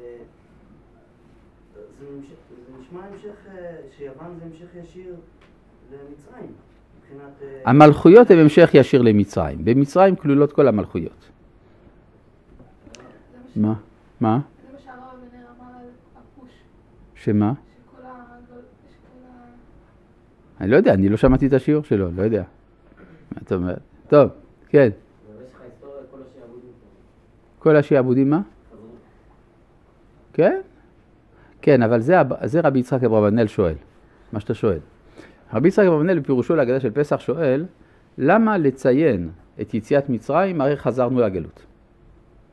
זה נשמע המשך, שיוון זה המשך ישיר למצרים. מבחינת... המלכויות הם המשך ישיר למצרים. במצרים כלולות כל המלכויות. מה? מה? זה מה שהרב אבינר אמר על הפוש. שמה? שכל ה... שכל ה... אני לא יודע, אני לא שמעתי את השיעור שלו, לא יודע. מה אתה אומר? טוב, כן. במשך ההיסטוריה כל השיעבודים פה. כל השיעבודים מה? כן? כן, אבל זה, זה רבי יצחק אברבנאל שואל, מה שאתה שואל. רבי יצחק אברבנאל בפירושו להגדה של פסח שואל, למה לציין את יציאת מצרים, הרי חזרנו לגלות?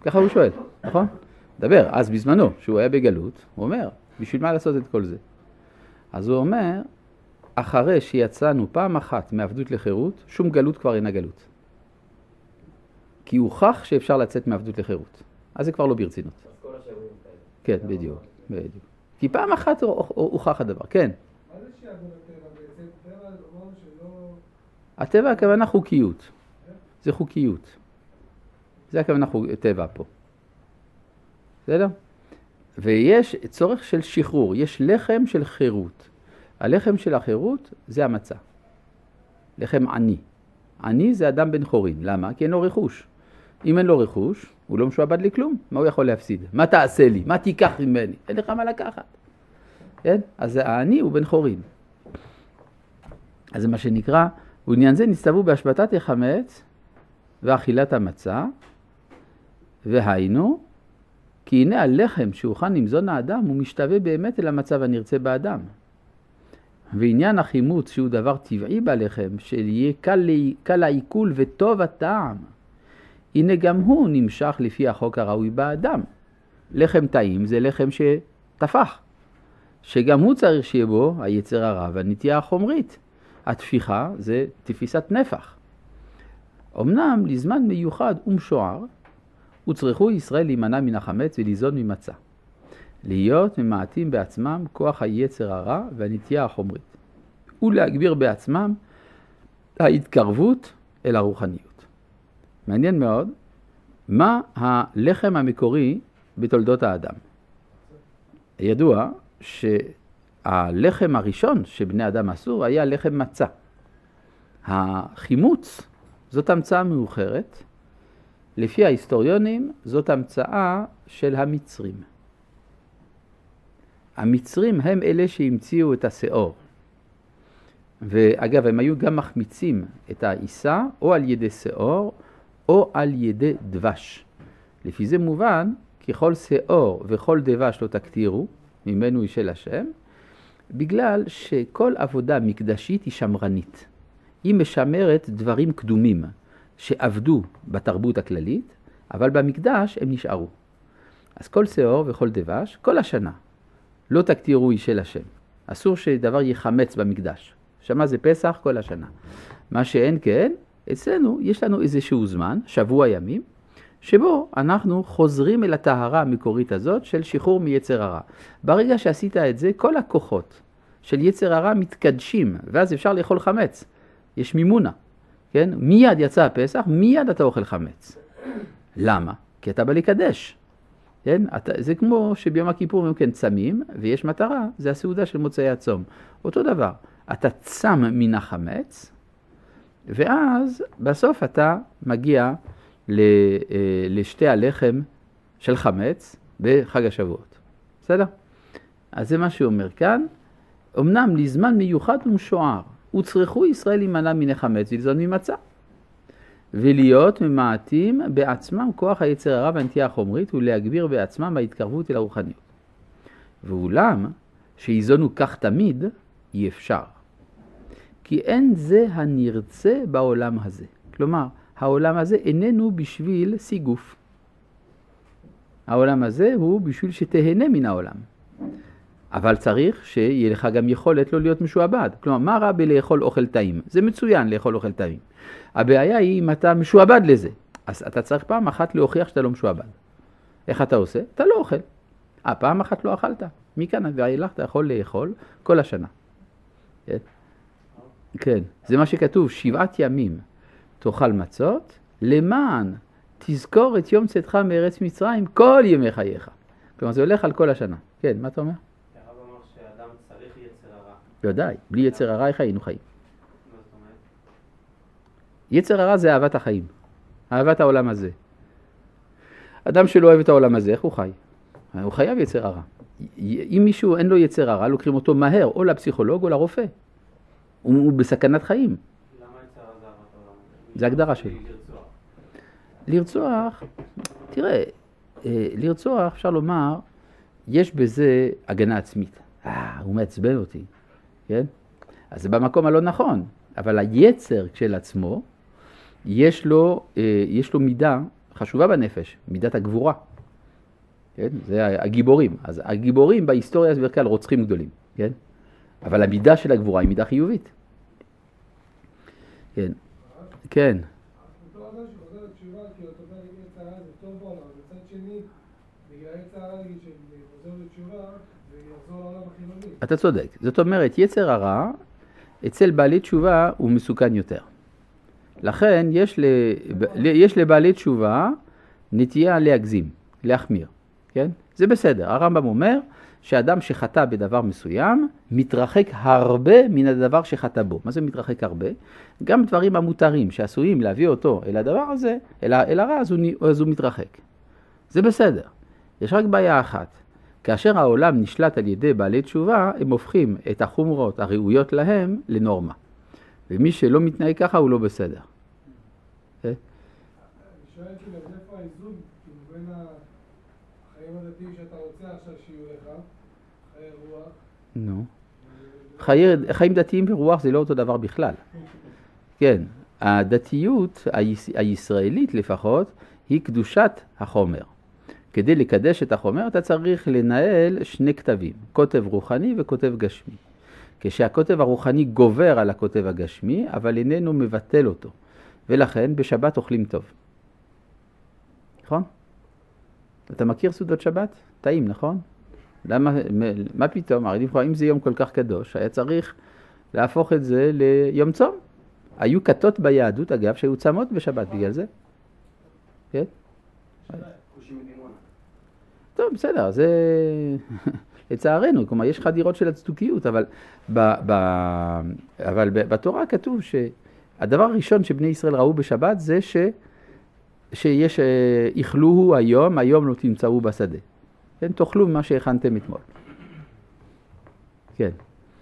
ככה הוא שואל, נכון? דבר, אז בזמנו, שהוא היה בגלות, הוא אומר, בשביל מה לעשות את כל זה? אז הוא אומר, אחרי שיצאנו פעם אחת מעבדות לחירות, שום גלות כבר אינה גלות. כי הוכח שאפשר לצאת מעבדות לחירות. אז זה כבר לא ברצינות. אז כל השבועים כאלה. כן, בדיוק, בדיוק. כי פעם אחת הוכח הדבר, כן. מה זה שיעבוד הטבע בעצם? טבע אמרנו שלא... הטבע הכוונה חוקיות. זה חוקיות. זה הכוונה טבע פה. בסדר? ויש צורך של שחרור, יש לחם של חירות. הלחם של החירות זה המצה. לחם עני. עני זה אדם בן חורין. למה? כי אין לו רכוש. אם אין לו רכוש, הוא לא משועבד לכלום. מה הוא יכול להפסיד? מה תעשה לי? מה תיקח ממני? אין לך מה לקחת. כן? אז העני הוא בן חורין. אז זה מה שנקרא, ועניין זה נסתוו בהשבתת החמץ ואכילת המצה, והיינו, כי הנה הלחם שהוכן למזון האדם הוא משתווה באמת אל המצב הנרצה באדם. ועניין החימוץ שהוא דבר טבעי בלחם, שיהיה קל, קל לעיכול וטוב הטעם, הנה גם הוא נמשך לפי החוק הראוי באדם. לחם טעים זה לחם שטפח, שגם הוא צריך שיהיה בו היצר הרע והנטייה החומרית. התפיחה זה תפיסת נפח. אמנם לזמן מיוחד ומשוער, וצריכו ישראל להימנע מן החמץ וליזון ממצה. להיות ממעטים בעצמם כוח היצר הרע והנטייה החומרית. ולהגביר בעצמם ההתקרבות אל הרוחניות. מעניין מאוד, מה הלחם המקורי בתולדות האדם? ידוע שהלחם הראשון שבני אדם עשו היה לחם מצה. החימוץ זאת המצאה מאוחרת, לפי ההיסטוריונים זאת המצאה של המצרים. המצרים הם אלה שהמציאו את השאור. ואגב, הם היו גם מחמיצים את העיסה או על ידי שאור או על ידי דבש. לפי זה מובן, ככל שאור וכל דבש לא תקטירו, ממנו היא של השם, בגלל שכל עבודה מקדשית היא שמרנית. היא משמרת דברים קדומים שעבדו בתרבות הכללית, אבל במקדש הם נשארו. אז כל שאור וכל דבש, כל השנה, לא תקטירו היא של השם. אסור שדבר יחמץ במקדש. שמה זה פסח כל השנה. מה שאין כן, אצלנו יש לנו איזשהו זמן, שבוע ימים, שבו אנחנו חוזרים אל הטהרה המקורית הזאת של שחרור מיצר הרע. ברגע שעשית את זה, כל הכוחות של יצר הרע מתקדשים, ואז אפשר לאכול חמץ. יש מימונה, כן? מיד יצא הפסח, מיד אתה אוכל חמץ. למה? כי אתה בא לקדש. כן? אתה, זה כמו שביום הכיפור הם כן צמים, ויש מטרה, זה הסעודה של מוצאי הצום. אותו דבר, אתה צם מן החמץ, ואז בסוף אתה מגיע לשתי הלחם של חמץ בחג השבועות. בסדר? אז זה מה שהוא אומר כאן. אמנם לזמן מיוחד ומשוער, וצריכו ישראל להימנע מן החמץ ולזון ממצה. ולהיות ממעטים בעצמם כוח היצר הרע והנטייה החומרית, ולהגביר בעצמם ההתקרבות אל הרוחניות. ואולם, שיזונו כך תמיד, אי אפשר. כי אין זה הנרצה בעולם הזה. כלומר, העולם הזה איננו בשביל סיגוף. העולם הזה הוא בשביל שתהנה מן העולם. אבל צריך שיהיה לך גם יכולת לא להיות משועבד. כלומר, מה רע בלאכול אוכל טעים? זה מצוין לאכול אוכל טעים. הבעיה היא אם אתה משועבד לזה. אז אתה צריך פעם אחת להוכיח שאתה לא משועבד. איך אתה עושה? אתה לא אוכל. אה, פעם אחת לא אכלת. מכאן ואילך אתה יכול לאכול כל השנה. כן? כן, זה מה שכתוב, שבעת ימים תאכל מצות, למען תזכור את יום צאתך מארץ מצרים כל ימי חייך. כלומר, זה הולך על כל השנה. כן, מה אתה אומר? הרב אמר שאדם צריך יצר הרע. בוודאי, בלי יצר הרע איך היינו חיים. מה זאת אומרת? יצר הרע זה אהבת החיים, אהבת העולם הזה. אדם שלא אוהב את העולם הזה, איך הוא חי? הוא חייב יצר הרע. אם מישהו אין לו יצר הרע, לוקחים אותו מהר או לפסיכולוג או לרופא. הוא בסכנת חיים. למה יצר הרע זה אהבת העולם? זה הגדרה שלו. לרצוח, תראה, לרצוח אפשר לומר, יש בזה הגנה עצמית. אה, הוא מעצבן אותי, כן? אז זה במקום הלא נכון, אבל היצר של עצמו, יש לו, יש לו מידה, חשובה בנפש, מידת הגבורה. כן? זה הגיבורים. אז הגיבורים בהיסטוריה זה בדרך כלל רוצחים גדולים. כן? אבל המידה של הגבורה היא מידה חיובית. כן. כן. אותו אדם שחוזר לתשובה, כי אותו אומר, יצא הרע זה טוב בעולם, אבל מצד שני, בגלל יצא הרע, נגיד, שחוזר לתשובה, זה יחזור לעולם החילוני. אתה צודק. זאת אומרת, יצר הרע, אצל בעלי תשובה הוא מסוכן יותר. לכן יש, לב... יש לבעלי תשובה נטייה להגזים, להחמיר. כן? זה בסדר. הרמב"ם אומר שאדם שחטא בדבר מסוים מתרחק הרבה מן הדבר שחטא בו. מה זה מתרחק הרבה? גם דברים המותרים שעשויים להביא אותו אל הדבר הזה, אל, אל הרע, אז הוא, אז הוא מתרחק. זה בסדר. יש רק בעיה אחת. כאשר העולם נשלט על ידי בעלי תשובה, הם הופכים את החומרות הראויות להם לנורמה. ומי שלא מתנהג ככה הוא לא בסדר. אני שואל כאילו, אז איפה האיזון, כאילו בין החיים הדתיים שאתה רוצה עכשיו שיהיו לך, חיי רוח? נו. חיי, חיים דתיים ורוח זה לא אותו דבר בכלל. כן, הדתיות הישראלית לפחות היא קדושת החומר. כדי לקדש את החומר אתה צריך לנהל שני כתבים, כותב רוחני וכותב גשמי. כשהכותב הרוחני גובר על הכותב הגשמי, אבל איננו מבטל אותו. ולכן בשבת אוכלים טוב. נכון? אתה מכיר סעודות שבת? טעים, נכון? למה, מה פתאום? הרי אם זה יום כל כך קדוש, היה צריך להפוך את זה ליום צום. היו כתות ביהדות, אגב, שהיו צמות בשבת בגלל זה. כן? טוב, בסדר, זה לצערנו, כלומר, יש חדירות של הצדוקיות, אבל, ב, ב, אבל בתורה כתוב שהדבר הראשון שבני ישראל ראו בשבת זה ש, שיש, יאכלוהו היום, היום לא תמצאו בשדה. כן, תאכלו ממה שהכנתם אתמול. כן.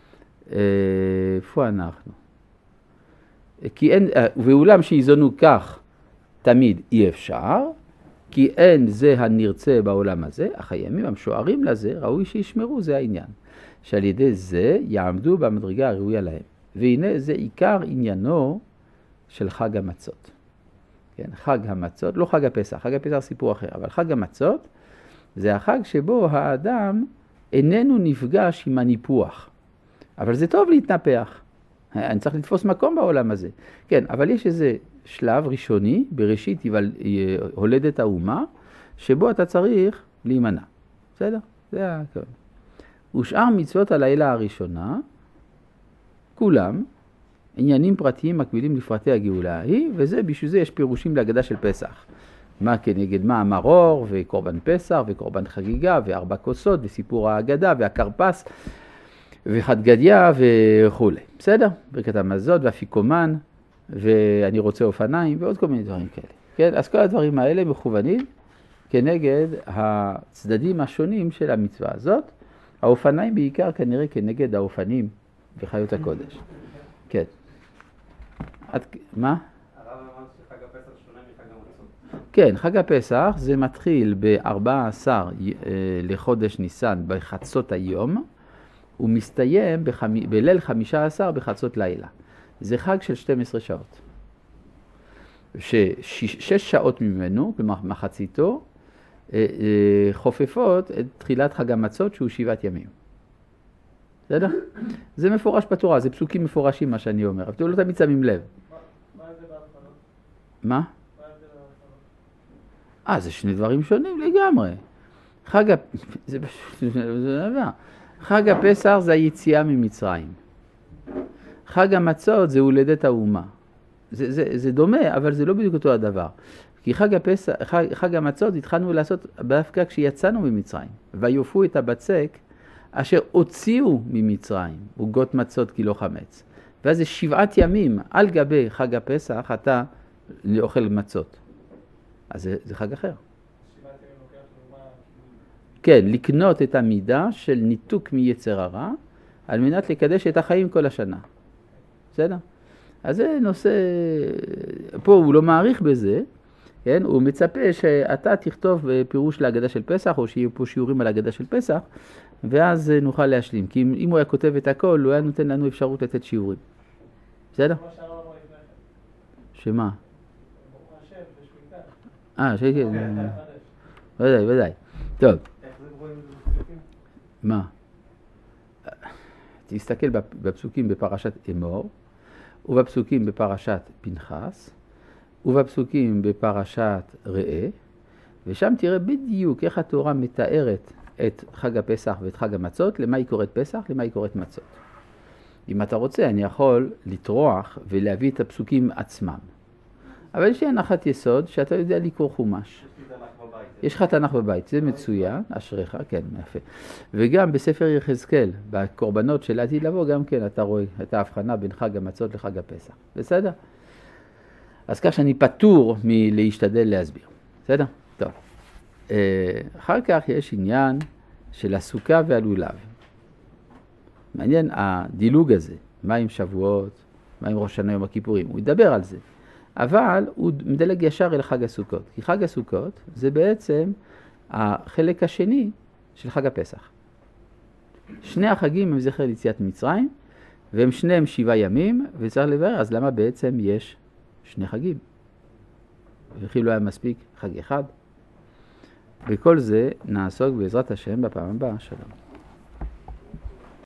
איפה אנחנו? כי אין, ואולם שיזונו כך תמיד אי אפשר, כי אין זה הנרצה בעולם הזה, אך הימים המשוערים לזה ראוי שישמרו, זה העניין. שעל ידי זה יעמדו במדרגה הראויה להם. והנה זה עיקר עניינו של חג המצות. כן, חג המצות, לא חג הפסח, חג הפסח סיפור אחר, אבל חג המצות זה החג שבו האדם איננו נפגש עם הניפוח. אבל זה טוב להתנפח. אני צריך לתפוס מקום בעולם הזה. כן, אבל יש איזה שלב ראשוני, בראשית הולדת האומה, שבו אתה צריך להימנע. בסדר? זה הכל. ושאר מצוות הלילה הראשונה, כולם עניינים פרטיים מקבילים לפרטי הגאולה ההיא, וזה בשביל זה יש פירושים להגדה של פסח. מה כנגד מה המרור, וקורבן פסח, וקורבן חגיגה, וארבע כוסות, וסיפור ההגדה, והקרפס, וחד גדיה וכו'. בסדר? ברכת המזון והפיקומן, ואני רוצה אופניים, ועוד כל מיני דברים כאלה. כן? אז כל הדברים האלה מכוונים כנגד הצדדים השונים של המצווה הזאת. האופניים בעיקר כנראה כנגד האופנים וחיות הקודש. כן. עד, מה? הרב אמר שחג הפסח שונה מחג המצות. כן, חג הפסח זה מתחיל ב-ארבעה עשר לחודש ניסן בחצות היום, הוא מסתיים בחמ... בליל חמישה עשר בחצות לילה. זה חג של שתים עשרה שעות. ששש שעות ממנו, כלומר מחציתו, חופפות את תחילת חג המצות שהוא שבעת ימים. בסדר? זה מפורש בתורה, זה פסוקים מפורשים מה שאני אומר, אבל אתם לא תמיד שמים לב. מה זה בהתחלות? מה? מה זה בהתחלות? אה, זה שני דברים שונים לגמרי. חג, הפ... זה... זה דבר. חג הפסח זה היציאה ממצרים. חג המצות זה הולדת האומה. זה, זה, זה דומה, אבל זה לא בדיוק אותו הדבר. כי חג הפסח, חג, חג המצות התחלנו לעשות דווקא כשיצאנו ממצרים. ויופו את הבצק אשר הוציאו ממצרים, עוגות מצות כי לא חמץ. ואז זה שבעת ימים על גבי חג הפסח אתה אוכל מצות. אז זה, זה חג אחר. שבעת ימים לוקח לאומה... כן, לקנות את המידה של ניתוק מיצר הרע, על מנת לקדש את החיים כל השנה. בסדר? אז זה נושא, פה הוא לא מעריך בזה, כן? הוא מצפה שאתה תכתוב פירוש להגדה של פסח, או שיהיו פה שיעורים על ההגדה של פסח, ואז נוכל להשלים. כי אם, אם הוא היה כותב את הכל, הוא היה נותן לנו אפשרות לתת שיעורים. בסדר? מה שהרב אמר לפני כן. שמה? ברוך השם, בשמיטה. אה, שהייתי... ודאי, ודאי. טוב. איך זה רואים את זה בפסוקים? מה? תסתכל בפסוקים בפרשת אמור, ובפסוקים בפרשת פנחס, ובפסוקים בפרשת ראה, ושם תראה בדיוק איך התורה מתארת את חג הפסח ואת חג המצות, למה היא קוראת פסח, למה היא קוראת מצות. אם אתה רוצה, אני יכול לטרוח ולהביא את הפסוקים עצמם. אבל יש לי הנחת יסוד שאתה יודע לקרוא חומש. יש לך תנ"ך בבית, זה מצוין, אשריך, כן, יפה. וגם בספר יחזקאל, בקורבנות של עתיד לבוא, גם כן אתה רואה את ההבחנה בין חג המצות לחג הפסח. בסדר? אז כך שאני פטור מלהשתדל להסביר. בסדר? טוב. אחר כך יש עניין של הסוכה והלולב. מעניין הדילוג הזה, מה עם שבועות, מה עם ראש השנה יום הכיפורים, הוא ידבר על זה. אבל הוא מדלג ישר אל חג הסוכות, כי חג הסוכות זה בעצם החלק השני של חג הפסח. שני החגים הם זכר ליציאת מצרים, והם שניהם שבעה ימים, וצריך לברר, אז למה בעצם יש שני חגים? וכי לא היה מספיק חג אחד? וכל זה נעסוק בעזרת השם בפעם הבאה. שלום.